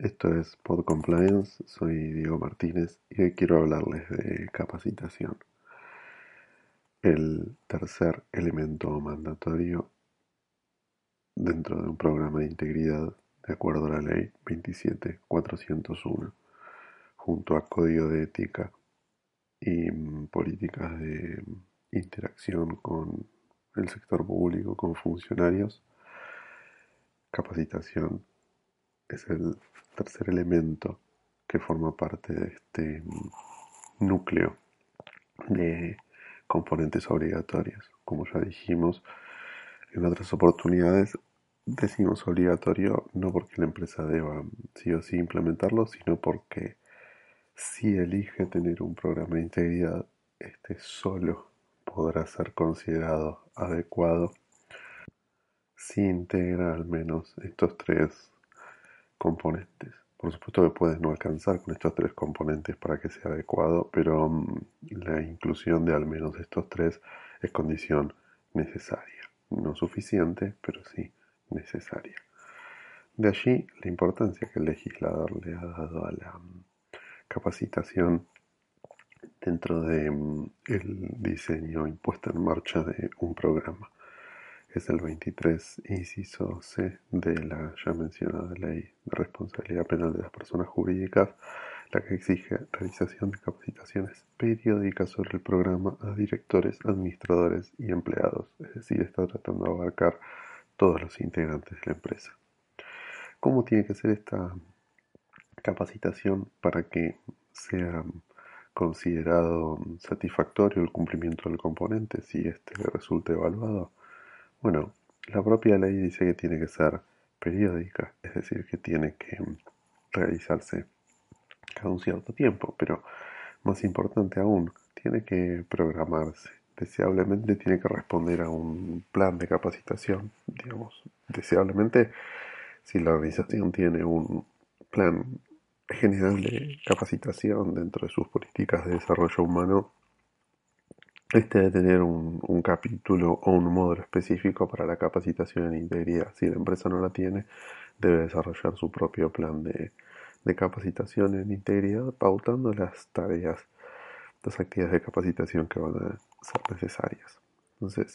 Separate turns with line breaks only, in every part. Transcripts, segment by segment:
Esto es Pod Compliance, soy Diego Martínez y hoy quiero hablarles de capacitación, el tercer elemento mandatorio dentro de un programa de integridad de acuerdo a la ley 27401, junto a código de ética y políticas de interacción con el sector público, con funcionarios. Capacitación es el tercer elemento que forma parte de este núcleo de componentes obligatorios. Como ya dijimos en otras oportunidades, decimos obligatorio no porque la empresa deba sí o sí implementarlo, sino porque si elige tener un programa de integridad, este solo podrá ser considerado adecuado si integra al menos estos tres componentes. Por supuesto que puedes no alcanzar con estos tres componentes para que sea adecuado, pero la inclusión de al menos estos tres es condición necesaria. No suficiente, pero sí necesaria. De allí la importancia que el legislador le ha dado a la capacitación dentro de el diseño y puesta en marcha de un programa. Es el 23, inciso C de la ya mencionada Ley de Responsabilidad Penal de las Personas Jurídicas, la que exige realización de capacitaciones periódicas sobre el programa a directores, administradores y empleados. Es decir, está tratando de abarcar todos los integrantes de la empresa. ¿Cómo tiene que ser esta capacitación para que sea considerado satisfactorio el cumplimiento del componente si este resulta evaluado? Bueno, la propia ley dice que tiene que ser periódica, es decir, que tiene que realizarse cada un cierto tiempo, pero más importante aún, tiene que programarse. Deseablemente tiene que responder a un plan de capacitación, digamos. Deseablemente, si la organización tiene un plan general de capacitación dentro de sus políticas de desarrollo humano, este debe tener un capítulo o un módulo específico para la capacitación en integridad. Si la empresa no la tiene, debe desarrollar su propio plan de capacitación en integridad, pautando las tareas, las actividades de capacitación que van a ser necesarias. Entonces,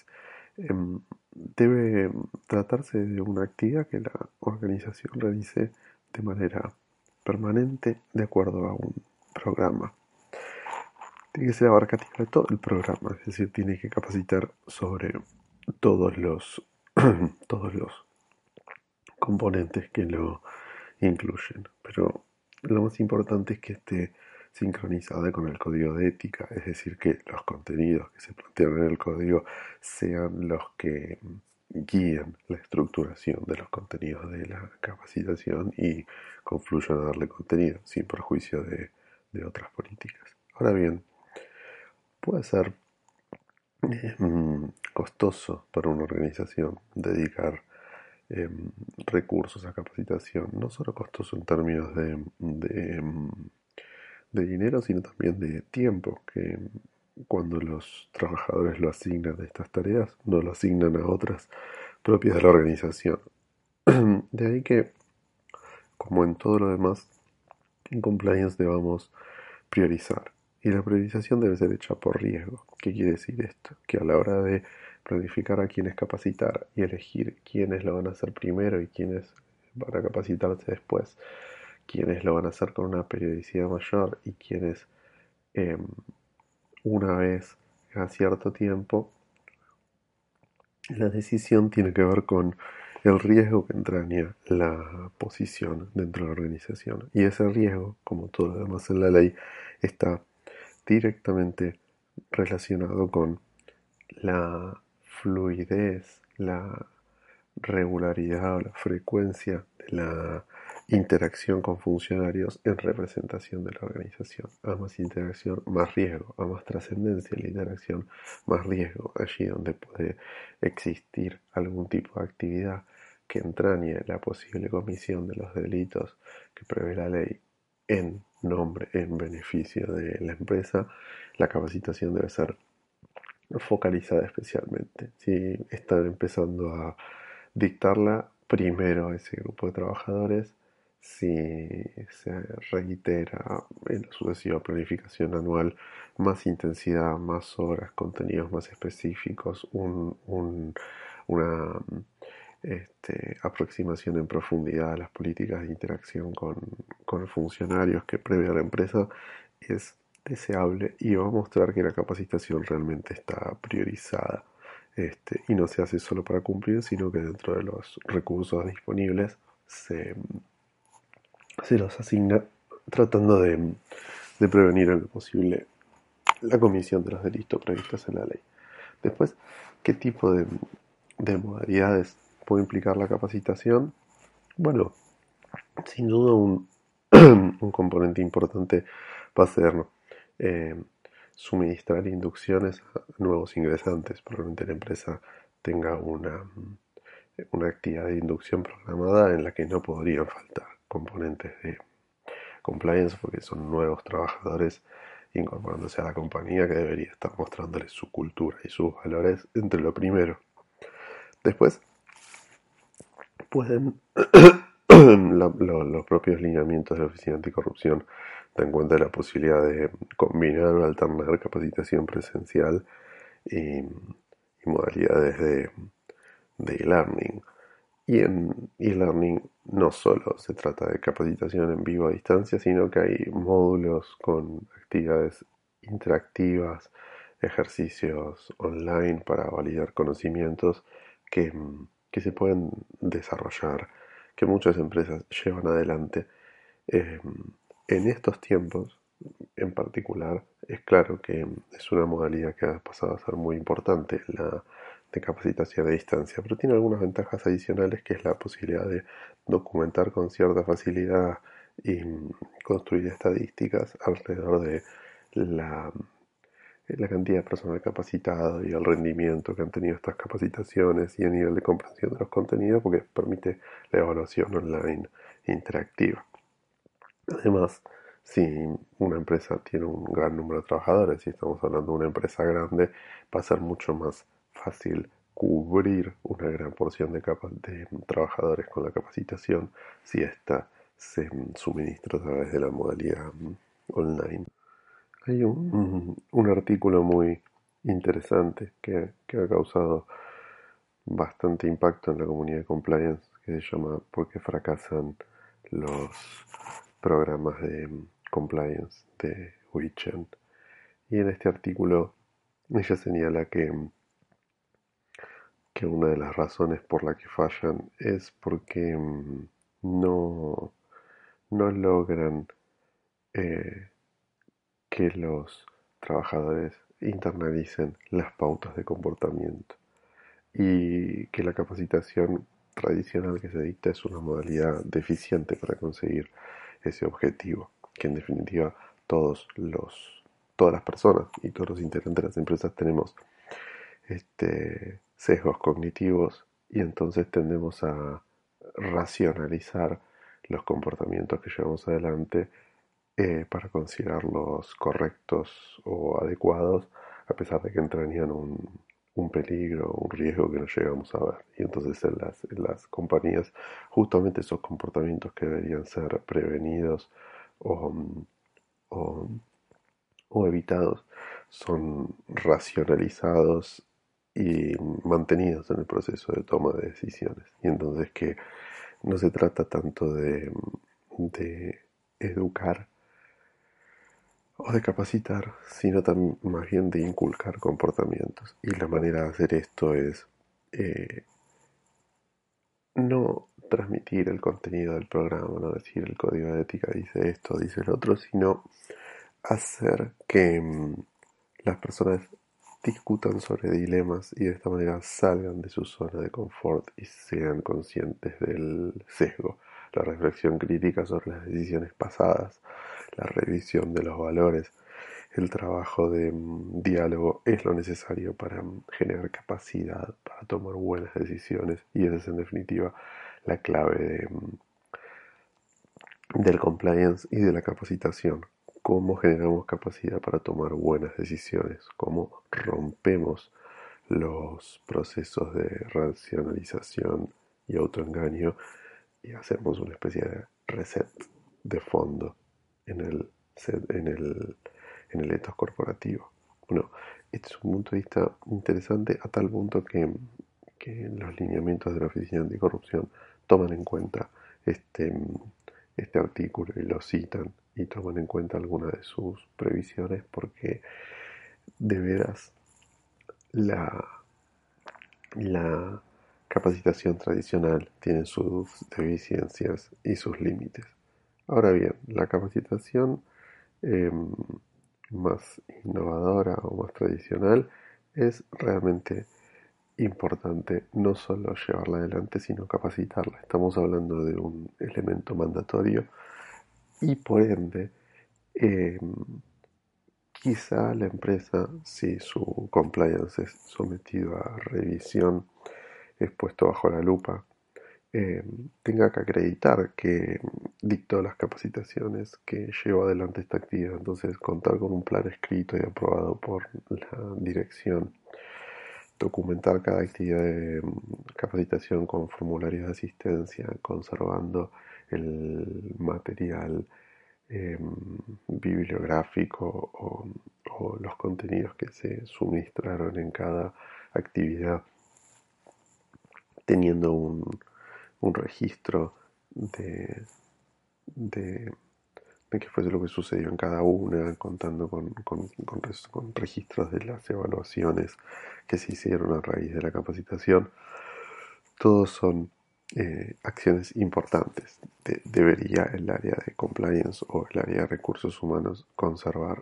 debe tratarse de una actividad que la organización realice de manera permanente de acuerdo a un programa. Tiene que ser abarcativo de todo el programa, es decir, tiene que capacitar sobre todos los, todos los componentes que lo incluyen. Pero lo más importante es que esté sincronizada con el código de ética, es decir, que los contenidos que se plantean en el código sean los que guían la estructuración de los contenidos de la capacitación y confluyan a darle contenido, sin perjuicio de otras políticas. Ahora bien, puede ser costoso para una organización dedicar eh, recursos a capacitación, no solo costoso en términos de dinero, sino también de tiempo, que cuando los trabajadores lo asignan a estas tareas, no lo asignan a otras propias de la organización. De ahí que, como en todo lo demás, en compliance debamos priorizar. Y la priorización debe ser hecha por riesgo. ¿Qué quiere decir esto? Que a la hora de planificar a quienes capacitar y elegir quiénes lo van a hacer primero y quiénes van a capacitarse después, quiénes lo van a hacer con una periodicidad mayor y quiénes eh, una vez a cierto tiempo, la decisión tiene que ver con el riesgo que entraña la posición dentro de la organización. Y ese riesgo, como todo lo demás en la ley, está directamente relacionado con la fluidez, la regularidad o la frecuencia de la interacción con funcionarios en representación de la organización. A más interacción, más riesgo. A más trascendencia la interacción, más riesgo. Allí donde puede existir algún tipo de actividad que entrañe la posible comisión de los delitos que prevé la ley en nombre, en beneficio de la empresa, la capacitación debe ser focalizada especialmente. Si están empezando a dictarla primero a ese grupo de trabajadores, si se reitera en la sucesiva planificación anual más intensidad, más horas, contenidos más específicos, una aproximación en profundidad a las políticas de interacción con los funcionarios que prevé a la empresa, es deseable y va a mostrar que la capacitación realmente está priorizada. Y no se hace solo para cumplir, sino que dentro de los recursos disponibles se, se los asigna tratando de prevenir en lo posible la comisión de los delitos previstos en la ley. Después, ¿qué tipo de modalidades puede implicar la capacitación? Bueno, sin duda un componente importante va a ser eh, suministrar inducciones a nuevos ingresantes. Probablemente la empresa tenga una actividad de inducción programada en la que no podrían faltar componentes de compliance porque son nuevos trabajadores incorporándose a la compañía que debería estar mostrándoles su cultura y sus valores entre lo primero. Después pueden los propios lineamientos de la Oficina Anticorrupción dan cuenta de la posibilidad de combinar o alternar capacitación presencial y modalidades de e-learning. Y en e-learning no solo se trata de capacitación en vivo a distancia, sino que hay módulos con actividades interactivas, ejercicios online para validar conocimientos que, que se pueden desarrollar, que muchas empresas llevan adelante. Eh, en estos tiempos, en particular, es claro que es una modalidad que ha pasado a ser muy importante, la de capacitación a distancia, pero tiene algunas ventajas adicionales que es la posibilidad de documentar con cierta facilidad y construir estadísticas alrededor de la, la cantidad de personal capacitado y el rendimiento que han tenido estas capacitaciones y el nivel de comprensión de los contenidos porque permite la evaluación online interactiva. Además, si una empresa tiene un gran número de trabajadores, si estamos hablando de una empresa grande, va a ser mucho más fácil cubrir una gran porción de trabajadores con la capacitación si ésta se suministra a través de la modalidad online. Hay un artículo muy interesante que ha causado bastante impacto en la comunidad de compliance que se llama ¿Por qué fracasan los programas de compliance de Huichen? Y en este artículo ella señala que una de las razones por la que fallan es porque no, no logran eh, que los trabajadores internalicen las pautas de comportamiento y que la capacitación tradicional que se dicta es una modalidad deficiente para conseguir ese objetivo, que en definitiva todas las personas y todos los integrantes de las empresas tenemos sesgos cognitivos y entonces tendemos a racionalizar los comportamientos que llevamos adelante para considerarlos correctos o adecuados, a pesar de que entrañan un peligro, un riesgo que no llegamos a ver. Y entonces en las compañías, justamente esos comportamientos que deberían ser prevenidos o, o, o evitados son racionalizados y mantenidos en el proceso de toma de decisiones. Y entonces que no se trata tanto de educar o de capacitar, sino también más bien de inculcar comportamientos. Y la manera de hacer esto es eh, no transmitir el contenido del programa, no decir el código de ética dice esto, dice el otro, sino hacer que las personas discutan sobre dilemas y de esta manera salgan de su zona de confort y sean conscientes del sesgo, la reflexión crítica sobre las decisiones pasadas, la revisión de los valores, el trabajo de diálogo es lo necesario para generar capacidad para tomar buenas decisiones y esa es en definitiva la clave del compliance y de la capacitación. Cómo generamos capacidad para tomar buenas decisiones, cómo rompemos los procesos de racionalización y autoengaño y hacemos una especie reset de fondo en el, en el ethos corporativo. Bueno, este es un punto de vista interesante a tal punto que los lineamientos de la Oficina Anticorrupción toman en cuenta este, este artículo y lo citan y toman en cuenta algunas de sus previsiones porque de veras la, la capacitación tradicional tiene sus deficiencias y sus límites. Ahora bien, la capacitación eh, más innovadora o más tradicional es realmente importante no solo llevarla adelante, sino capacitarla. Estamos hablando de un elemento mandatorio y por ende, eh, quizá la empresa, si su compliance es sometido a revisión, es puesto bajo la lupa, eh, tenga que acreditar que dictó las capacitaciones, que llevó adelante esta actividad. Entonces, contar con un plan escrito y aprobado por la dirección, documentar cada actividad de capacitación con formularios de asistencia, conservando el material eh, bibliográfico o los contenidos que se suministraron en cada actividad, teniendo un registro de, de, de qué fue lo que sucedió en cada una, contando con registros de las evaluaciones que se hicieron a raíz de la capacitación. Todos son acciones importantes. Debería el área de compliance o el área de recursos humanos conservar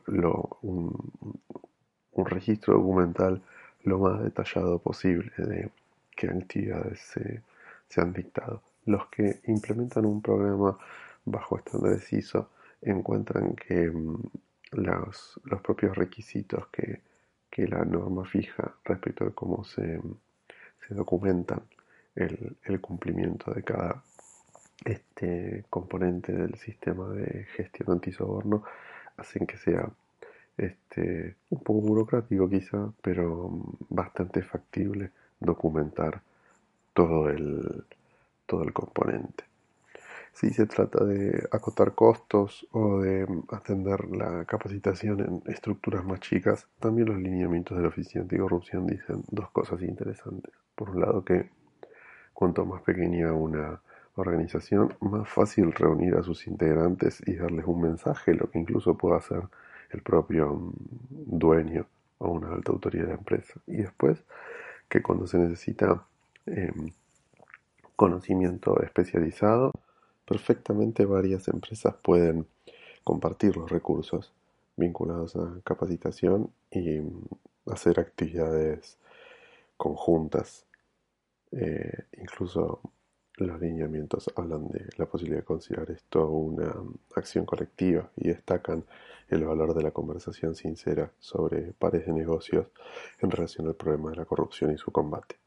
un registro documental lo más detallado posible de qué actividades se han dictado. Los que implementan un programa bajo estándares ISO encuentran que los propios requisitos que la norma fija respecto de cómo se documentan el cumplimiento de cada componente del sistema de gestión antisoborno hacen que sea un poco burocrático quizá, pero bastante factible documentar todo todo el componente. Si se trata de acotar costos o de atender la capacitación en estructuras más chicas, también los lineamientos de la Oficina Anticorrupción dicen dos cosas interesantes. Por un lado, que cuanto más pequeña una organización, más fácil reunir a sus integrantes y darles un mensaje, lo que incluso puede hacer el propio dueño o una alta autoridad de empresa. Y después, que cuando se necesita eh, conocimiento especializado, perfectamente varias empresas pueden compartir los recursos vinculados a capacitación y hacer actividades conjuntas. Incluso los lineamientos hablan de la posibilidad de considerar esto una acción colectiva y destacan el valor de la conversación sincera sobre pares de negocios en relación al problema de la corrupción y su combate.